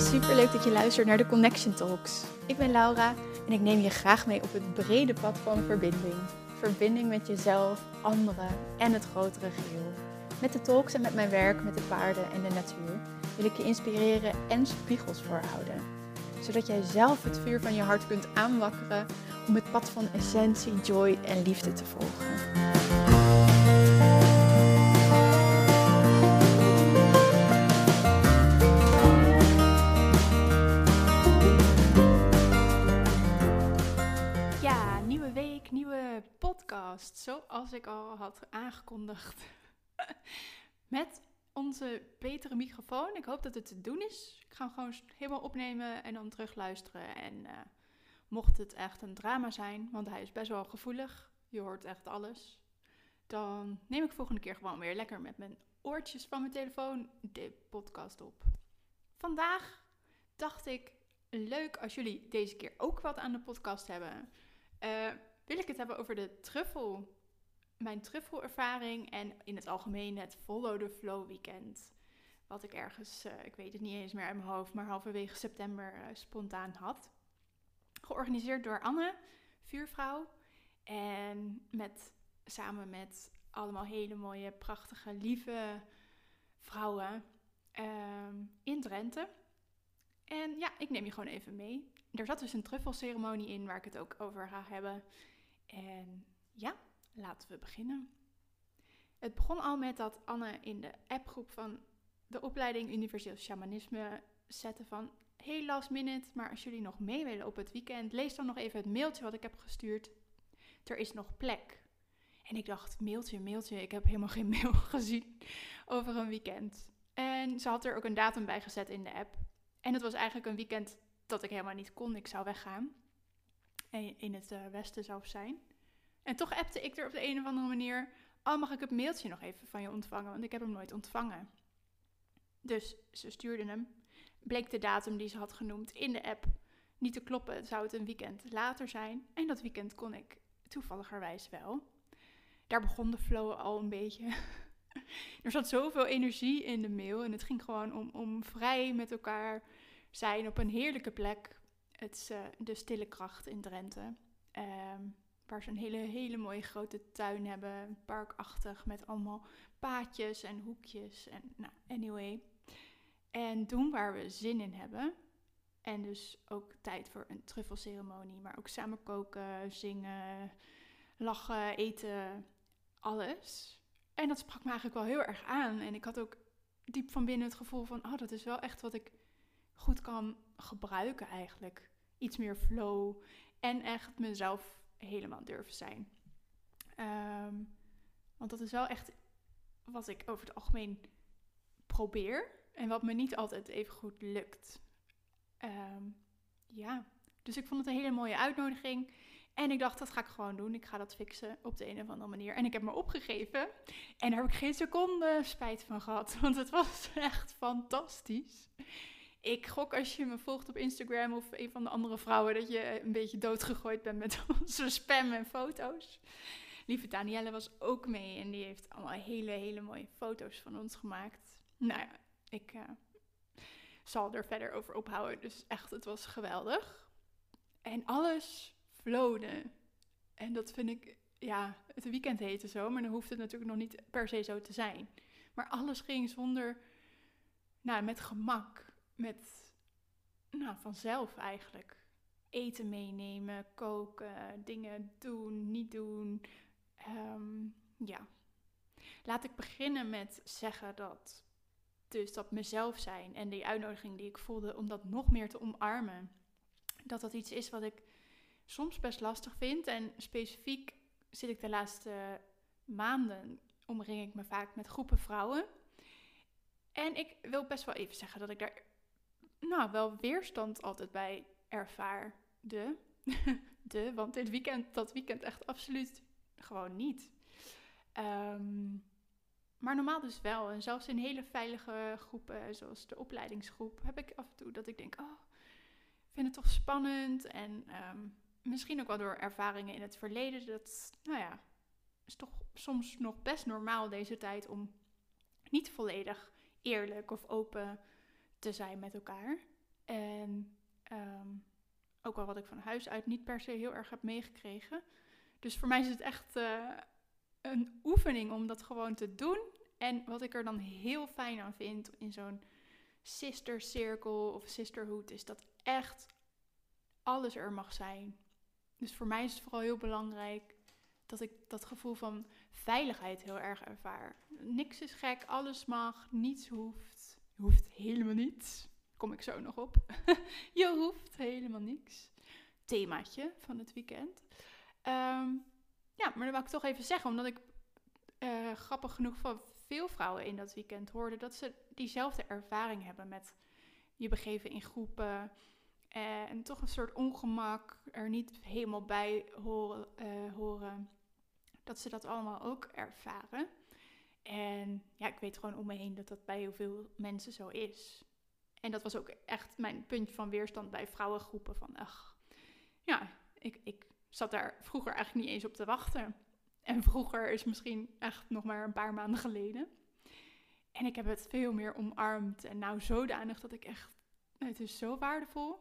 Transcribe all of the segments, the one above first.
Superleuk dat je luistert naar de Connection Talks. Ik ben Laura en ik neem je graag mee op het brede pad van verbinding. Verbinding met jezelf, anderen en het grotere geheel. Met de talks en met mijn werk met de paarden en de natuur wil ik je inspireren en spiegels voorhouden. Zodat jij zelf het vuur van je hart kunt aanwakkeren om het pad van essentie, joy en liefde te volgen. Nieuwe podcast, zoals ik al had aangekondigd, met onze betere microfoon. Ik hoop dat het te doen is. Ik ga hem gewoon helemaal opnemen en dan terugluisteren. En mocht het echt een drama zijn, want hij is best wel gevoelig, je hoort echt alles, dan neem ik volgende keer gewoon weer lekker met mijn oortjes van mijn telefoon de podcast op. Vandaag dacht ik, leuk als jullie deze keer ook wat aan de podcast hebben. Wil ik het hebben over de truffel, mijn truffelervaring en in het algemeen het Follow the Flow weekend. Wat ik ergens, ik weet het niet eens meer uit mijn hoofd, maar halverwege september spontaan had. Georganiseerd door Anne, vuurvrouw. En samen met allemaal hele mooie, prachtige, lieve vrouwen in Drenthe. En ja, ik neem je gewoon even mee. Er zat dus een truffelceremonie in waar ik het ook over ga hebben. En ja, laten we beginnen. Het begon al met dat Anne in de appgroep van de opleiding Universeel Shamanisme zette van... Hey last minute, maar als jullie nog mee willen op het weekend, lees dan nog even het mailtje wat ik heb gestuurd. Er is nog plek. En ik dacht, mailtje, ik heb helemaal geen mail gezien over een weekend. En ze had er ook een datum bij gezet in de app. En het was eigenlijk een weekend dat ik helemaal niet kon. Ik zou weggaan. En in het westen zou zijn. En toch appte ik er op de een of andere manier... mag ik het mailtje nog even van je ontvangen? Want ik heb hem nooit ontvangen. Dus ze stuurde hem. Bleek de datum die ze had genoemd in de app niet te kloppen. Zou het een weekend later zijn. En dat weekend kon ik toevalligerwijs wel. Daar begon de flow al een beetje. Er zat zoveel energie in de mail. En het ging gewoon om vrij met elkaar zijn op een heerlijke plek. Het is de Stille Kracht in Drenthe. Waar ze een hele mooie grote tuin hebben. Parkachtig met allemaal paadjes en hoekjes. En nou, anyway. En doen waar we zin in hebben. En dus ook tijd voor een truffelceremonie. Maar ook samen koken, zingen, lachen, eten. Alles. En dat sprak me eigenlijk wel heel erg aan. En ik had ook diep van binnen het gevoel van... dat is wel echt wat ik goed kan gebruiken eigenlijk. Iets meer flow. En echt mezelf helemaal durven zijn. Want dat is wel echt wat ik over het algemeen probeer. En wat me niet altijd even goed lukt. Dus ik vond het een hele mooie uitnodiging. En ik dacht, dat ga ik gewoon doen. Ik ga dat fixen op de een of andere manier. En ik heb me opgegeven. En daar heb ik geen seconde spijt van gehad. Want het was echt fantastisch. Ik gok als je me volgt op Instagram of een van de andere vrouwen... dat je een beetje doodgegooid bent met onze spam en foto's. Lieve Danielle was ook mee. En die heeft allemaal hele mooie foto's van ons gemaakt. Nou ja, ik zal er verder over ophouden. Dus echt, het was geweldig. En alles flowde. En dat vind ik, het weekend heette zo, maar dan hoeft het natuurlijk nog niet per se zo te zijn. Maar alles ging met gemak, vanzelf eigenlijk. Eten meenemen, koken, dingen doen, niet doen. Laat ik beginnen met zeggen dat mezelf zijn en die uitnodiging die ik voelde om dat nog meer te omarmen. Dat iets is wat ik soms best lastig vind. En specifiek zit ik de laatste maanden, omring ik me vaak met groepen vrouwen. En ik wil best wel even zeggen dat ik daar wel weerstand altijd bij ervaar. Want dat weekend echt absoluut gewoon niet. Maar normaal dus wel. En zelfs in hele veilige groepen, zoals de opleidingsgroep, heb ik af en toe dat ik denk, ik vind het toch spannend. En misschien ook wel door ervaringen in het verleden. Dat, is toch soms nog best normaal deze tijd om niet volledig eerlijk of open te zijn met elkaar. En ook wel wat ik van huis uit niet per se heel erg heb meegekregen. Dus voor mij is het echt een oefening om dat gewoon te doen. En wat ik er dan heel fijn aan vind in zo'n sistercirkel of sisterhood, is dat echt alles er mag zijn. Dus voor mij is het vooral heel belangrijk dat ik dat gevoel van veiligheid heel erg ervaar. Niks is gek, alles mag, niets hoeft. Je hoeft helemaal niets. Kom ik zo nog op. Je hoeft helemaal niks. Themaatje van het weekend. Ja, maar dat wou ik toch even zeggen, omdat ik grappig genoeg van veel vrouwen in dat weekend hoorde dat ze diezelfde ervaring hebben met je begeven in groepen en toch een soort ongemak, er niet helemaal bij horen, dat ze dat allemaal ook ervaren. En ja, ik weet gewoon om me heen dat dat bij heel veel mensen zo is. En dat was ook echt mijn puntje van weerstand bij vrouwengroepen. Van ik zat daar vroeger eigenlijk niet eens op te wachten. En vroeger is misschien echt nog maar een paar maanden geleden. En ik heb het veel meer omarmd. En nou zodanig dat ik echt, het is zo waardevol.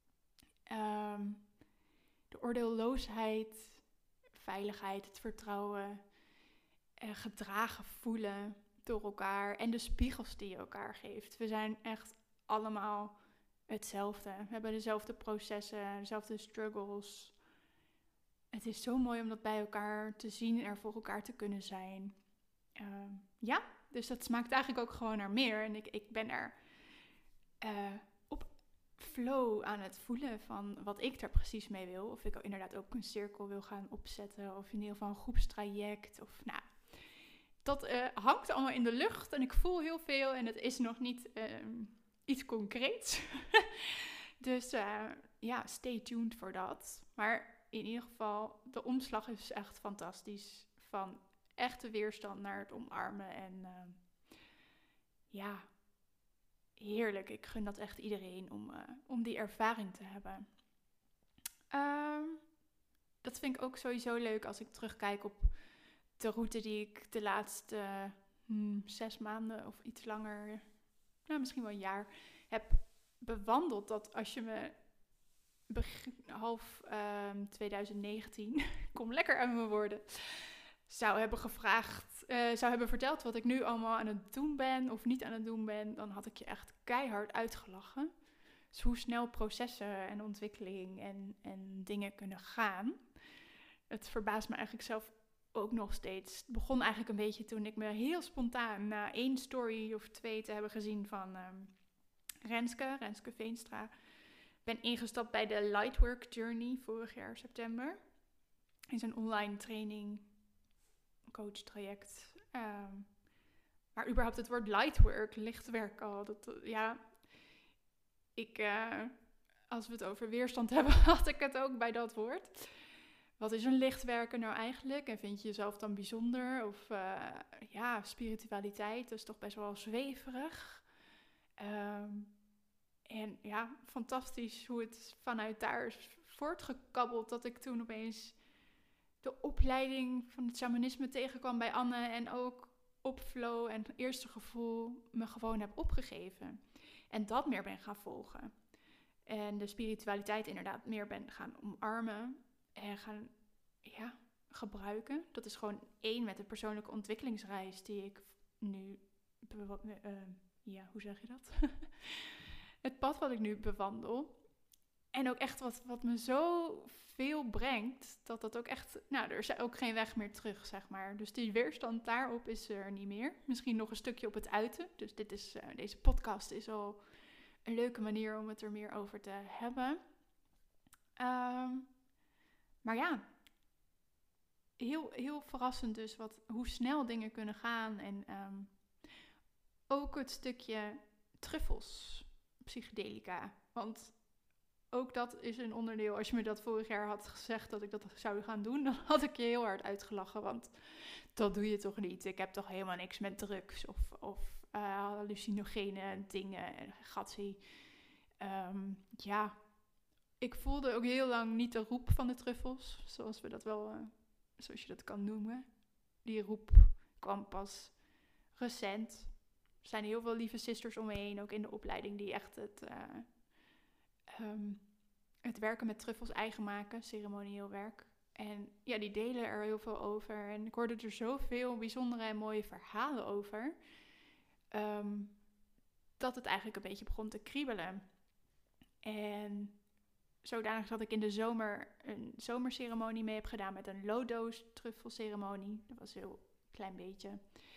De oordeelloosheid, veiligheid, het vertrouwen, gedragen voelen door elkaar en de spiegels die je elkaar geeft. We zijn echt allemaal hetzelfde. We hebben dezelfde processen, dezelfde struggles. Het is zo mooi om dat bij elkaar te zien en er voor elkaar te kunnen zijn. Dus dat smaakt eigenlijk ook gewoon naar meer. En ik ben er op flow aan het voelen van wat ik er precies mee wil. Of ik inderdaad ook een cirkel wil gaan opzetten. Of in ieder geval een groepstraject. Of dat hangt allemaal in de lucht. En ik voel heel veel. En het is nog niet iets concreets. Dus stay tuned voor dat. Maar in ieder geval, de omslag is echt fantastisch. Van echte weerstand naar het omarmen. En heerlijk. Ik gun dat echt iedereen om die ervaring te hebben. Dat vind ik ook sowieso leuk als ik terugkijk op de route die ik de laatste 6 maanden of iets langer, misschien wel een jaar, heb bewandeld. Dat als je me half 2019, kom lekker aan mijn woorden, zou hebben verteld wat ik nu allemaal aan het doen ben of niet aan het doen ben, dan had ik je echt keihard uitgelachen. Dus hoe snel processen en ontwikkeling en dingen kunnen gaan. Het verbaast me eigenlijk zelf ook nog steeds. Het begon eigenlijk een beetje toen ik me heel spontaan na 1 story of 2 te hebben gezien van Renske Veenstra, ben ingestapt bij de Lightwork Journey vorig jaar september. Is een online training, coach traject. Maar überhaupt het woord lightwork, lichtwerk al. Als we het over weerstand hebben, had ik het ook bij dat woord. Wat is een lichtwerker nou eigenlijk? En vind je jezelf dan bijzonder? Of spiritualiteit, dat is toch best wel zweverig. Fantastisch hoe het vanuit daar is voortgekabbeld. Dat ik toen opeens de opleiding van het shamanisme tegenkwam bij Anne. En ook op flow en het eerste gevoel me gewoon heb opgegeven. En dat meer ben gaan volgen. En de spiritualiteit inderdaad meer ben gaan omarmen. En gaan gebruiken. Dat is gewoon 1 met de persoonlijke ontwikkelingsreis die ik nu hoe zeg je dat? Het pad wat ik nu bewandel. En ook echt wat me zo veel brengt, dat ook echt, er is ook geen weg meer terug, zeg maar. Dus die weerstand daarop is er niet meer. Misschien nog een stukje op het uiten. Dus deze podcast is al een leuke manier om het er meer over te hebben. Heel, heel verrassend dus hoe snel dingen kunnen gaan. En ook het stukje truffels, psychedelica. Want ook dat is een onderdeel. Als je me dat vorig jaar had gezegd dat ik dat zou gaan doen, dan had ik je heel hard uitgelachen. Want dat doe je toch niet? Ik heb toch helemaal niks met drugs of hallucinogene dingen, gatsie. Ik voelde ook heel lang niet de roep van de truffels, zoals je dat kan noemen. Die roep kwam pas recent. Er zijn heel veel lieve sisters om me heen, ook in de opleiding, die echt het werken met truffels eigen maken, ceremonieel werk. En ja, die delen er heel veel over. En ik hoorde er zoveel bijzondere en mooie verhalen over. Dat het eigenlijk een beetje begon te kriebelen. En zodanig dat ik in de zomer een zomerceremonie mee heb gedaan met een low-dose truffelceremonie. Dat was een heel klein beetje.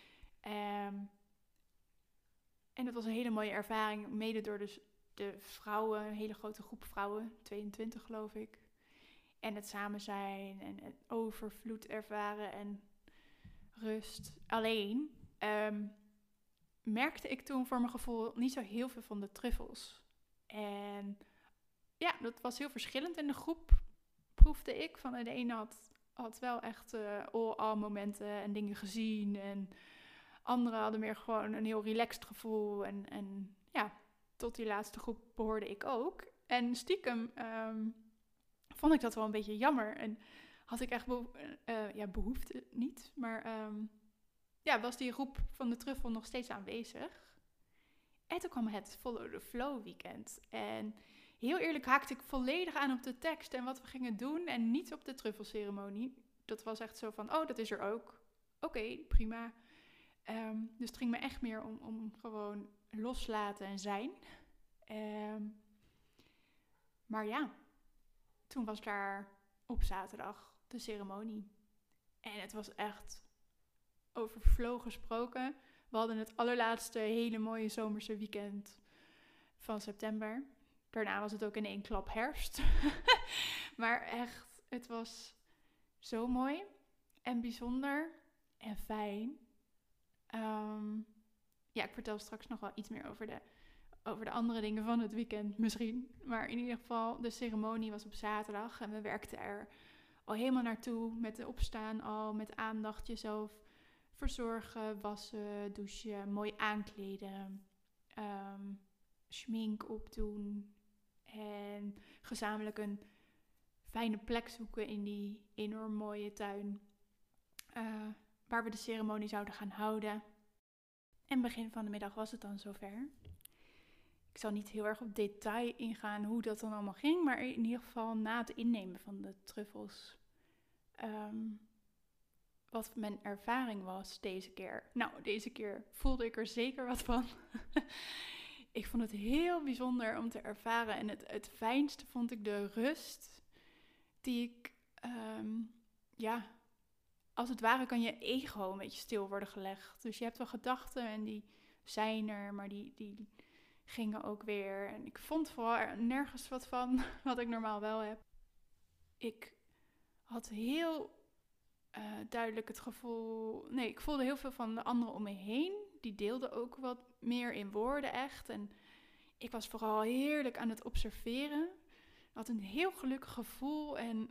En dat was een hele mooie ervaring, mede door de vrouwen, een hele grote groep vrouwen, 22 geloof ik. En het samen zijn en het overvloed ervaren en rust. Alleen merkte ik toen voor mijn gevoel niet zo heel veel van de truffels. En ja, dat was heel verschillend in de groep, proefde ik. Van de ene had wel echt all momenten en dingen gezien. En anderen hadden meer gewoon een heel relaxed gevoel. En ja, tot die laatste groep behoorde ik ook. En stiekem vond ik dat wel een beetje jammer. En had ik echt behoefte niet. Maar was die groep van de truffel nog steeds aanwezig. En toen kwam het Follow the Flow weekend. En heel eerlijk haakte ik volledig aan op de tekst en wat we gingen doen. En niet op de truffelceremonie. Dat was echt zo van, dat is er ook. Oké, prima. Dus het ging me echt meer om gewoon loslaten en zijn. Maar ja, toen was daar op zaterdag de ceremonie. En het was echt over flow gesproken. We hadden het allerlaatste hele mooie zomerse weekend van september. Daarna was het ook in één klap herfst. Maar echt, het was zo mooi en bijzonder en fijn. Ik vertel straks nog wel iets meer over de andere dingen van het weekend misschien. Maar in ieder geval, de ceremonie was op zaterdag. En we werkten er al helemaal naartoe met de opstaan al. Met aandacht jezelf verzorgen, wassen, douchen, mooi aankleden. Schmink opdoen. En gezamenlijk een fijne plek zoeken in die enorm mooie tuin. Waar we de ceremonie zouden gaan houden. En begin van de middag was het dan zover. Ik zal niet heel erg op detail ingaan hoe dat dan allemaal ging. Maar in ieder geval na het innemen van de truffels. Wat mijn ervaring was deze keer. Nou, deze keer voelde ik er zeker wat van. Ik vond het heel bijzonder om te ervaren. En het fijnste vond ik de rust die ik... als het ware kan je ego een beetje stil worden gelegd. Dus je hebt wel gedachten en die zijn er, maar die gingen ook weer. En ik vond vooral nergens wat van, wat ik normaal wel heb. Ik had heel duidelijk het gevoel... Nee, ik voelde heel veel van de anderen om me heen. Die deelden ook wat meer in woorden echt. En ik was vooral heerlijk aan het observeren. Ik had een heel gelukkig gevoel en...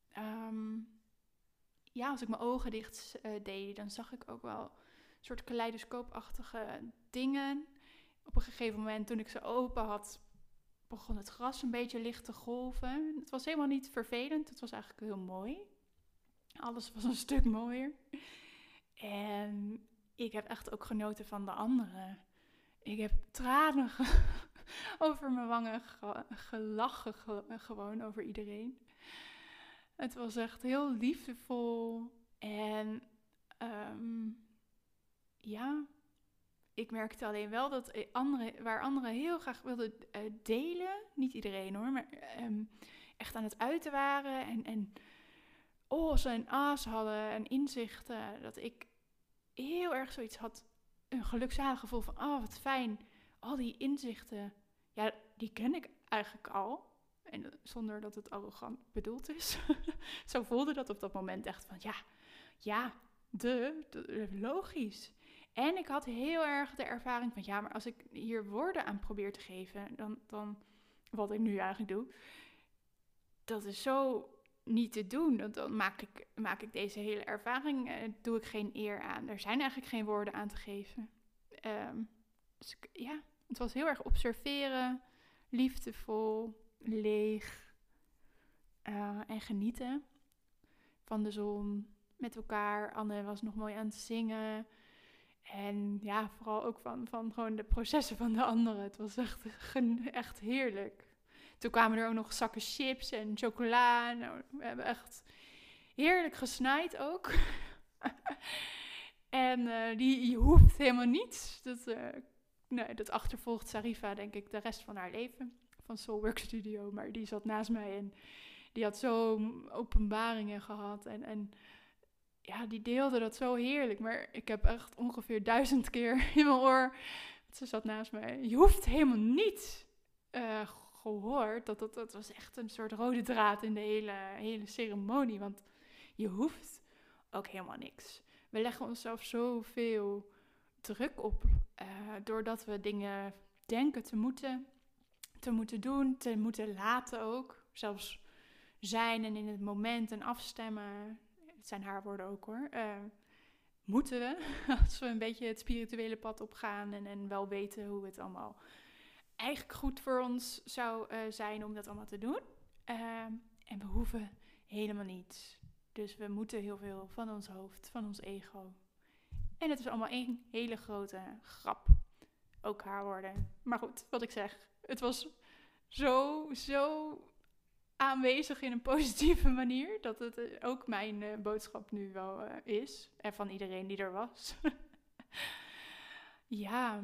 als ik mijn ogen dicht deed, dan zag ik ook wel een soort kaleidoscoopachtige dingen. Op een gegeven moment, toen ik ze open had, begon het gras een beetje licht te golven. Het was helemaal niet vervelend, het was eigenlijk heel mooi. Alles was een stuk mooier. En ik heb echt ook genoten van de anderen. Ik heb tranen over mijn wangen gelachen, gewoon over iedereen. Het was echt heel liefdevol en ik merkte alleen wel dat waar anderen heel graag wilden delen, niet iedereen hoor, maar echt aan het uiten waren en oh's en ah's hadden en inzichten, dat ik heel erg zoiets had, een gelukzalig gevoel van, wat fijn, al die inzichten, ja, die ken ik eigenlijk al. En zonder dat het arrogant bedoeld is. Zo voelde dat op dat moment echt van, logisch. En ik had heel erg de ervaring van, maar als ik hier woorden aan probeer te geven, dan wat ik nu eigenlijk doe, dat is zo niet te doen. Dan maak ik deze hele ervaring, doe ik geen eer aan. Er zijn eigenlijk geen woorden aan te geven. Het was heel erg observeren, liefdevol, leeg en genieten van de zon met elkaar. Anne was nog mooi aan het zingen. En ja, vooral ook van gewoon de processen van de anderen. Het was echt heerlijk. Toen kwamen er ook nog zakken chips en chocola. Nou, we hebben echt heerlijk gesnaaid ook. En die hoeft helemaal niets. Dat achtervolgt Sarifa, denk ik, de rest van haar leven. Van Soulwork Studio. Maar die zat naast mij en die had zo openbaringen gehad. En ja, die deelde dat zo heerlijk. Maar ik heb echt ongeveer 1000 keer in mijn oor. Ze zat naast mij. Je hoeft helemaal niet gehoord. Dat was echt een soort rode draad in de hele ceremonie. Want je hoeft ook helemaal niks. We leggen onszelf zoveel druk op. Doordat we dingen denken te moeten doen. Te moeten laten ook. Zelfs zijn en in het moment en afstemmen. Het zijn haar woorden ook hoor. Moeten we, als we een beetje het spirituele pad opgaan en wel weten hoe het allemaal eigenlijk goed voor ons zou zijn om dat allemaal te doen. En we hoeven helemaal niets. Dus we moeten heel veel van ons hoofd, van ons ego. En het is allemaal één hele grote grap. Ook haar woorden. Maar goed, wat ik zeg. Het was zo aanwezig in een positieve manier. Dat het ook mijn boodschap nu wel is. En van iedereen die er was. Ja.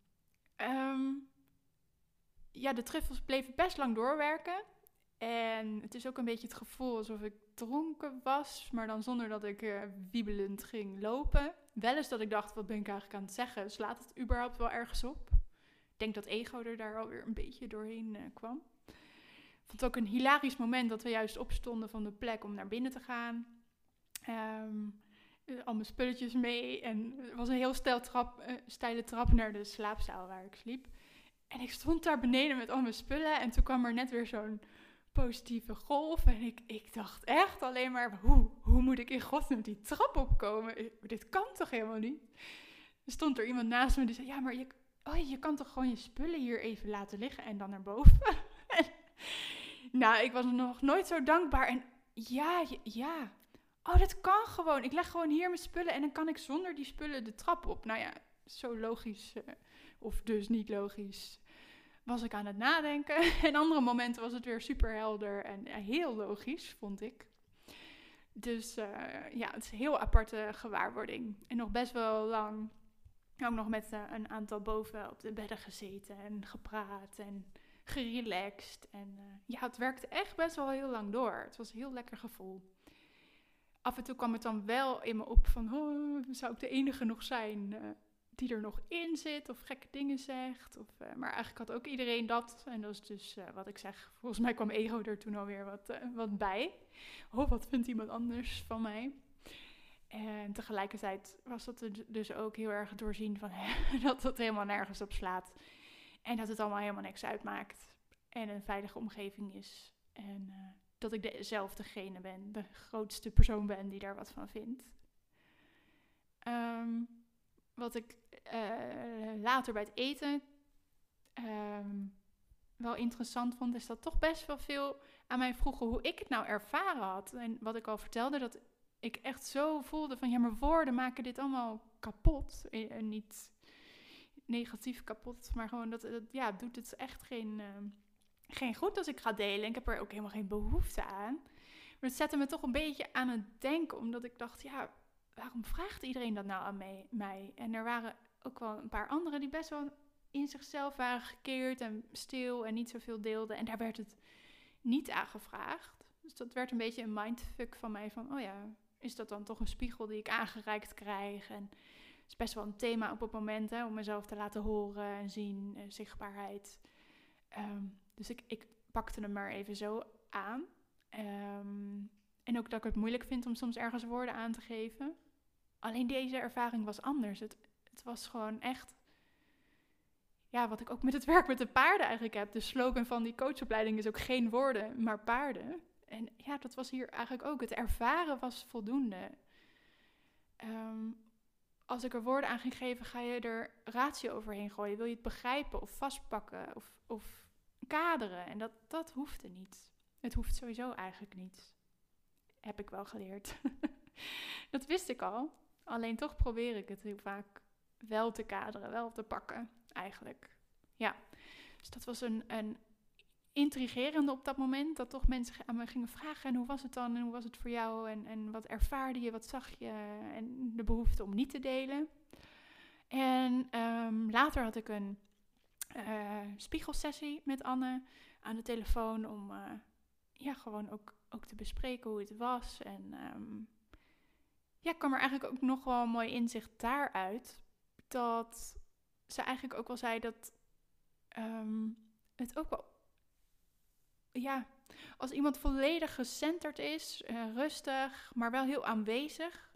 De truffels bleven best lang doorwerken. En het is ook een beetje het gevoel alsof ik dronken was. Maar dan zonder dat ik wiebelend ging lopen. Wel eens dat ik dacht, wat ben ik eigenlijk aan het zeggen? Slaat het überhaupt wel ergens op? Ik denk dat ego er daar alweer een beetje doorheen kwam. Ik vond het ook een hilarisch moment dat we juist opstonden van de plek om naar binnen te gaan. Al mijn spulletjes mee. En er was een heel steile trap naar de slaapzaal waar ik sliep. En ik stond daar beneden met al mijn spullen. En toen kwam er net weer zo'n positieve golf. En ik dacht echt alleen maar, hoe moet ik in godsnaam die trap opkomen? Dit kan toch helemaal niet? Er stond er iemand naast me die zei, ja, maar je kan toch gewoon je spullen hier even laten liggen en dan naar boven? Nou, ik was nog nooit zo dankbaar. En ja. Oh, dat kan gewoon. Ik leg gewoon hier mijn spullen en dan kan ik zonder die spullen de trap op. Nou ja, zo logisch, of dus niet logisch, was ik aan het nadenken. En andere momenten was het weer super helder en heel logisch, vond ik. Dus het is een heel aparte gewaarwording. En nog best wel lang ook nog met een aantal boven op de bedden gezeten en gepraat en gerelaxed. En het werkte echt best wel heel lang door. Het was een heel lekker gevoel. Af en toe kwam het dan wel in me op van, zou ik de enige nog zijn die er nog in zit of gekke dingen zegt. Maar eigenlijk had ook iedereen dat. En dat is dus wat ik zeg. Volgens mij kwam ego er toen alweer wat bij. Wat vindt iemand anders van mij? En tegelijkertijd was dat dus ook heel erg doorzien van dat het helemaal nergens op slaat. En dat het allemaal helemaal niks uitmaakt. En een veilige omgeving is. En dat ik zelf degene ben, de grootste persoon ben die daar wat van vindt. Wat ik later bij het eten wel interessant vond, is dat toch best wel veel aan mij vroegen hoe ik het nou ervaren had. En wat ik al vertelde, dat ik echt zo voelde van, ja, maar woorden maken dit allemaal kapot. En niet negatief kapot, maar gewoon doet het echt geen goed als ik ga delen. Ik heb er ook helemaal geen behoefte aan. Maar het zette me toch een beetje aan het denken, omdat ik dacht, ja, waarom vraagt iedereen dat nou aan mij? En er waren ook wel een paar anderen die best wel in zichzelf waren gekeerd en stil en niet zoveel deelden. En daar werd het niet aan gevraagd. Dus dat werd een beetje een mindfuck van mij van, oh ja, is dat dan toch een spiegel die ik aangereikt krijg? En het is best wel een thema op het moment, hè, om mezelf te laten horen en zien, zichtbaarheid. Dus ik pakte hem maar even zo aan. En ook dat ik het moeilijk vind om soms ergens woorden aan te geven. Alleen deze ervaring was anders. Het was gewoon echt, ja, wat ik ook met het werk met de paarden eigenlijk heb. De slogan van die coachopleiding is ook geen woorden, maar paarden. En ja, dat was hier eigenlijk ook. Het ervaren was voldoende. Als ik er woorden aan ging geven, ga je er ratio overheen gooien. Wil je het begrijpen of vastpakken of kaderen? En dat hoefde niet. Het hoeft sowieso eigenlijk niet. Heb ik wel geleerd. Dat wist ik al. Alleen toch probeer ik het heel vaak wel te kaderen, wel te pakken eigenlijk. Ja, dus dat was een intrigerende op dat moment. Dat toch mensen aan me gingen vragen. En hoe was het dan? En hoe was het voor jou? En wat ervaarde je? Wat zag je? En de behoefte om niet te delen. En later had ik een spiegelsessie met Anne aan de telefoon. Om gewoon ook te bespreken hoe het was. En kwam er eigenlijk ook nog wel een mooi inzicht daaruit. Dat ze eigenlijk ook wel zei dat het ook wel... Ja, als iemand volledig gecenterd is, rustig, maar wel heel aanwezig,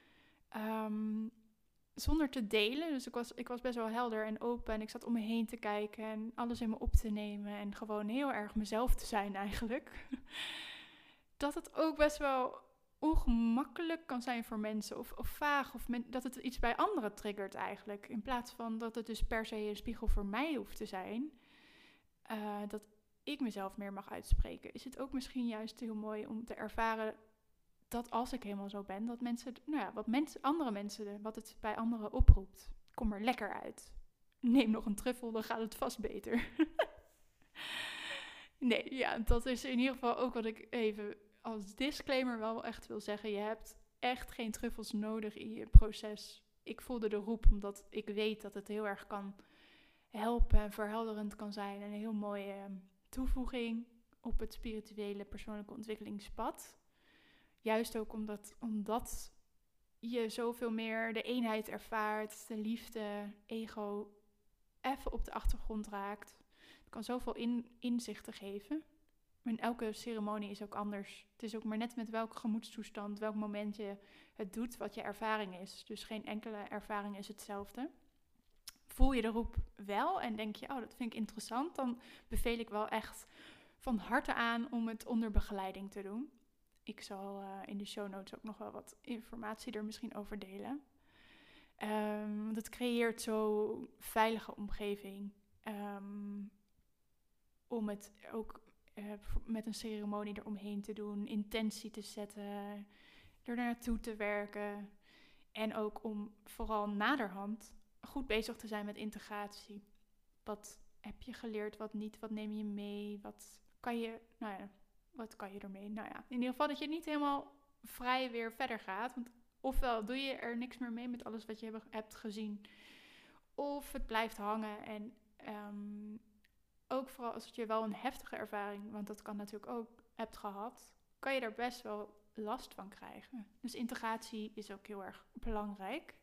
zonder te delen. Dus ik was best wel helder en open en ik zat om me heen te kijken en alles in me op te nemen en gewoon heel erg mezelf te zijn eigenlijk. Dat het ook best wel ongemakkelijk kan zijn voor mensen of vaag of dat het iets bij anderen triggert eigenlijk. In plaats van dat het dus per se een spiegel voor mij hoeft te zijn, dat ik mezelf meer mag uitspreken, is het ook misschien juist heel mooi om te ervaren dat als ik helemaal zo ben, dat mensen, andere mensen, wat het bij anderen oproept. Kom er lekker uit. Neem nog een truffel, dan gaat het vast beter. Nee, ja, dat is in ieder geval ook wat ik even als disclaimer wel echt wil zeggen. Je hebt echt geen truffels nodig in je proces. Ik voelde de roep omdat ik weet dat het heel erg kan helpen en verhelderend kan zijn. En een heel mooie toevoeging op het spirituele persoonlijke ontwikkelingspad. Juist ook omdat je zoveel meer de eenheid ervaart, de liefde, ego even op de achtergrond raakt. Het kan zoveel inzichten geven. En elke ceremonie is ook anders. Het is ook maar net met welke gemoedstoestand, welk moment je het doet, wat je ervaring is. Dus geen enkele ervaring is hetzelfde. Voel je de roep wel en denk je, dat vind ik interessant, dan beveel ik wel echt van harte aan om het onder begeleiding te doen. Ik zal in de show notes ook nog wel wat informatie er misschien over delen. Want het creëert zo'n veilige omgeving om het ook met een ceremonie eromheen te doen, intentie te zetten, er naartoe te werken. En ook om vooral naderhand goed bezig te zijn met integratie. Wat heb je geleerd, wat niet, wat neem je mee, wat kan je ermee? Nou ja, in ieder geval dat je niet helemaal vrij weer verder gaat. Want ofwel doe je er niks meer mee met alles wat je hebt gezien. Of het blijft hangen. En ook vooral als je wel een heftige ervaring, want dat kan natuurlijk ook, hebt gehad, kan je daar best wel last van krijgen. Dus integratie is ook heel erg belangrijk.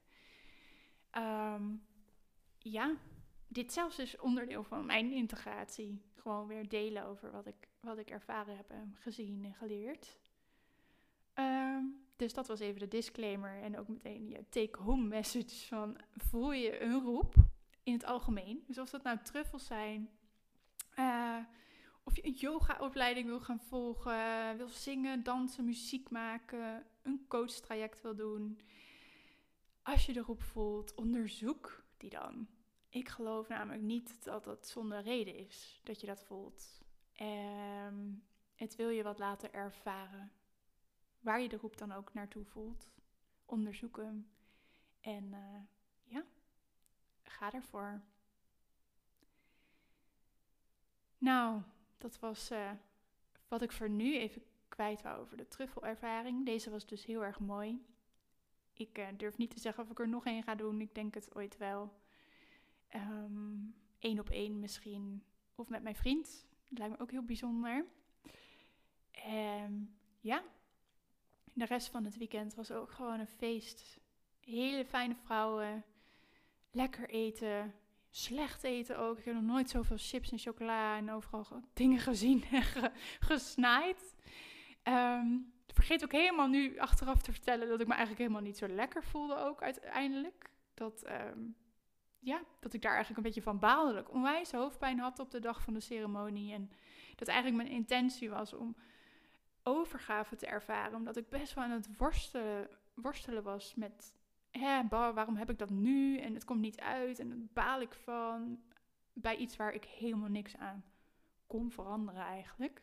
Dit zelfs is onderdeel van mijn integratie. Gewoon weer delen over wat ik ervaren heb en gezien en geleerd. Dus dat was even de disclaimer. En ook meteen je take-home message van voel je een roep in het algemeen. Dus of dat nou truffels zijn, of je een yoga-opleiding wil gaan volgen, wil zingen, dansen, muziek maken, een coachtraject wil doen. Als je de roep voelt, onderzoek die dan. Ik geloof namelijk niet dat het zonder reden is dat je dat voelt. Het wil je wat laten ervaren. Waar je de roep dan ook naartoe voelt. Onderzoek hem. En ga ervoor. Nou, dat was wat ik voor nu even kwijt wou over de truffelervaring. Deze was dus heel erg mooi. Ik durf niet te zeggen of ik er nog één ga doen. Ik denk het ooit wel. 1 op 1 misschien. Of met mijn vriend. Dat lijkt me ook heel bijzonder. De rest van het weekend was ook gewoon een feest. Hele fijne vrouwen. Lekker eten. Slecht eten ook. Ik heb nog nooit zoveel chips en chocola en overal dingen gezien en gesnaaid. Vergeet ook helemaal nu achteraf te vertellen dat ik me eigenlijk helemaal niet zo lekker voelde ook uiteindelijk. Dat ik daar eigenlijk een beetje van baalde. Dat ik onwijs hoofdpijn had op de dag van de ceremonie. En dat eigenlijk mijn intentie was om overgave te ervaren. Omdat ik best wel aan het worstelen was met waarom heb ik dat nu? En het komt niet uit. En daar baal ik van. Bij iets waar ik helemaal niks aan kon veranderen eigenlijk.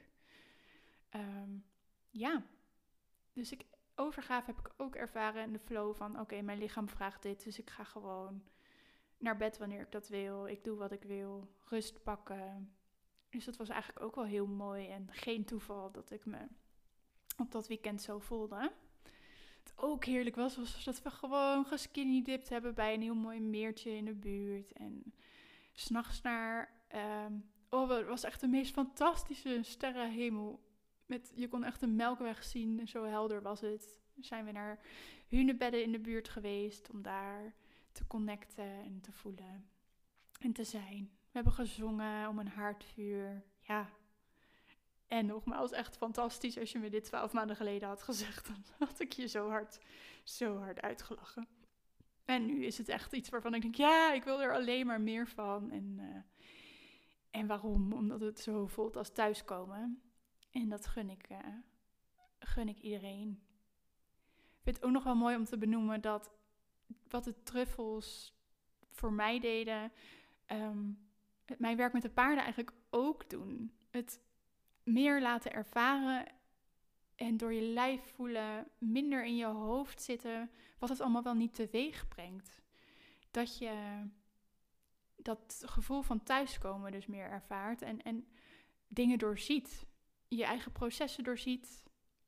Dus overgave heb ik ook ervaren in de flow van oké, mijn lichaam vraagt dit. Dus ik ga gewoon naar bed wanneer ik dat wil. Ik doe wat ik wil. Rust pakken. Dus dat was eigenlijk ook wel heel mooi en geen toeval dat ik me op dat weekend zo voelde. Wat ook heerlijk was dat we gewoon geskinnydipt hebben bij een heel mooi meertje in de buurt. En 's nachts naar... het was echt de meest fantastische sterrenhemel. Je kon echt de Melkweg zien, zo helder was het. Zijn we naar hunebedden in de buurt geweest om daar te connecten en te voelen en te zijn. We hebben gezongen om een haardvuur. Ja. En nogmaals, echt fantastisch. Als je me dit 12 maanden geleden had gezegd, dan had ik je zo hard uitgelachen. En nu is het echt iets waarvan ik denk, ja, ik wil er alleen maar meer van. En waarom? Omdat het zo voelt als thuiskomen. En dat gun ik iedereen. Ik vind het ook nog wel mooi om te benoemen dat wat de truffels voor mij deden, mijn werk met de paarden eigenlijk ook doen. Het meer laten ervaren en door je lijf voelen, minder in je hoofd zitten, wat het allemaal wel niet teweeg brengt. Dat je dat gevoel van thuiskomen dus meer ervaart en dingen doorziet. Je eigen processen doorziet.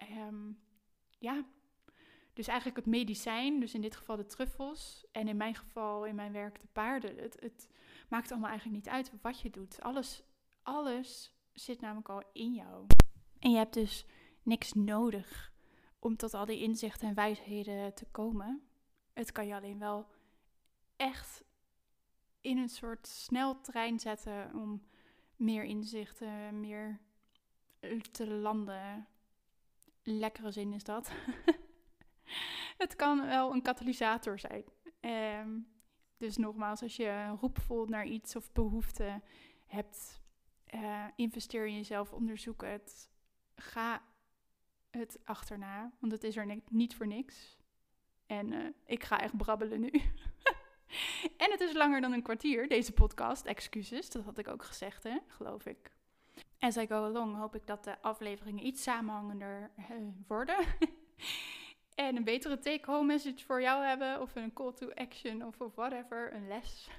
Dus eigenlijk het medicijn, dus in dit geval de truffels. En in mijn geval, in mijn werk, de paarden. Het maakt allemaal eigenlijk niet uit wat je doet. Alles zit namelijk al in jou. En je hebt dus niks nodig om tot al die inzichten en wijsheden te komen. Het kan je alleen wel echt in een soort sneltrein zetten om meer inzichten, meer te landen. Lekkere zin is dat. Het kan wel een katalysator zijn. Dus nogmaals, als je een roep voelt naar iets of behoefte hebt, investeer in jezelf, onderzoek het. Ga het achterna, want het is er niet voor niks. En ik ga echt brabbelen nu. En het is langer dan een kwartier, deze podcast. Excuses, dat had ik ook gezegd, hè, geloof ik. As I go along hoop ik dat de afleveringen iets samenhangender worden. En een betere take-home message voor jou hebben. Of een call to action of whatever. Een les.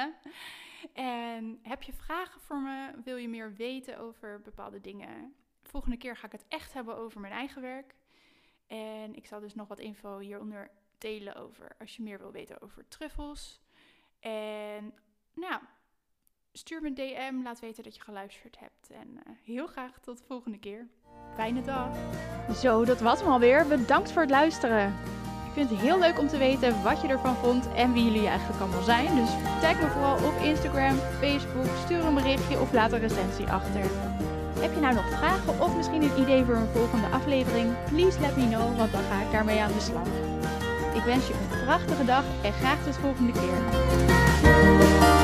En heb je vragen voor me? Wil je meer weten over bepaalde dingen? Volgende keer ga ik het echt hebben over mijn eigen werk. En ik zal dus nog wat info hieronder delen over als je meer wil weten over truffels. En nou, stuur me een DM. Laat weten dat je geluisterd hebt. En heel graag tot de volgende keer. Fijne dag. Zo, dat was hem alweer. Bedankt voor het luisteren. Ik vind het heel leuk om te weten wat je ervan vond en wie jullie eigenlijk allemaal zijn. Dus tag me vooral op Instagram, Facebook, stuur een berichtje of laat een recensie achter. Heb je nou nog vragen of misschien een idee voor een volgende aflevering? Please let me know, want dan ga ik daarmee aan de slag. Ik wens je een prachtige dag en graag tot de volgende keer.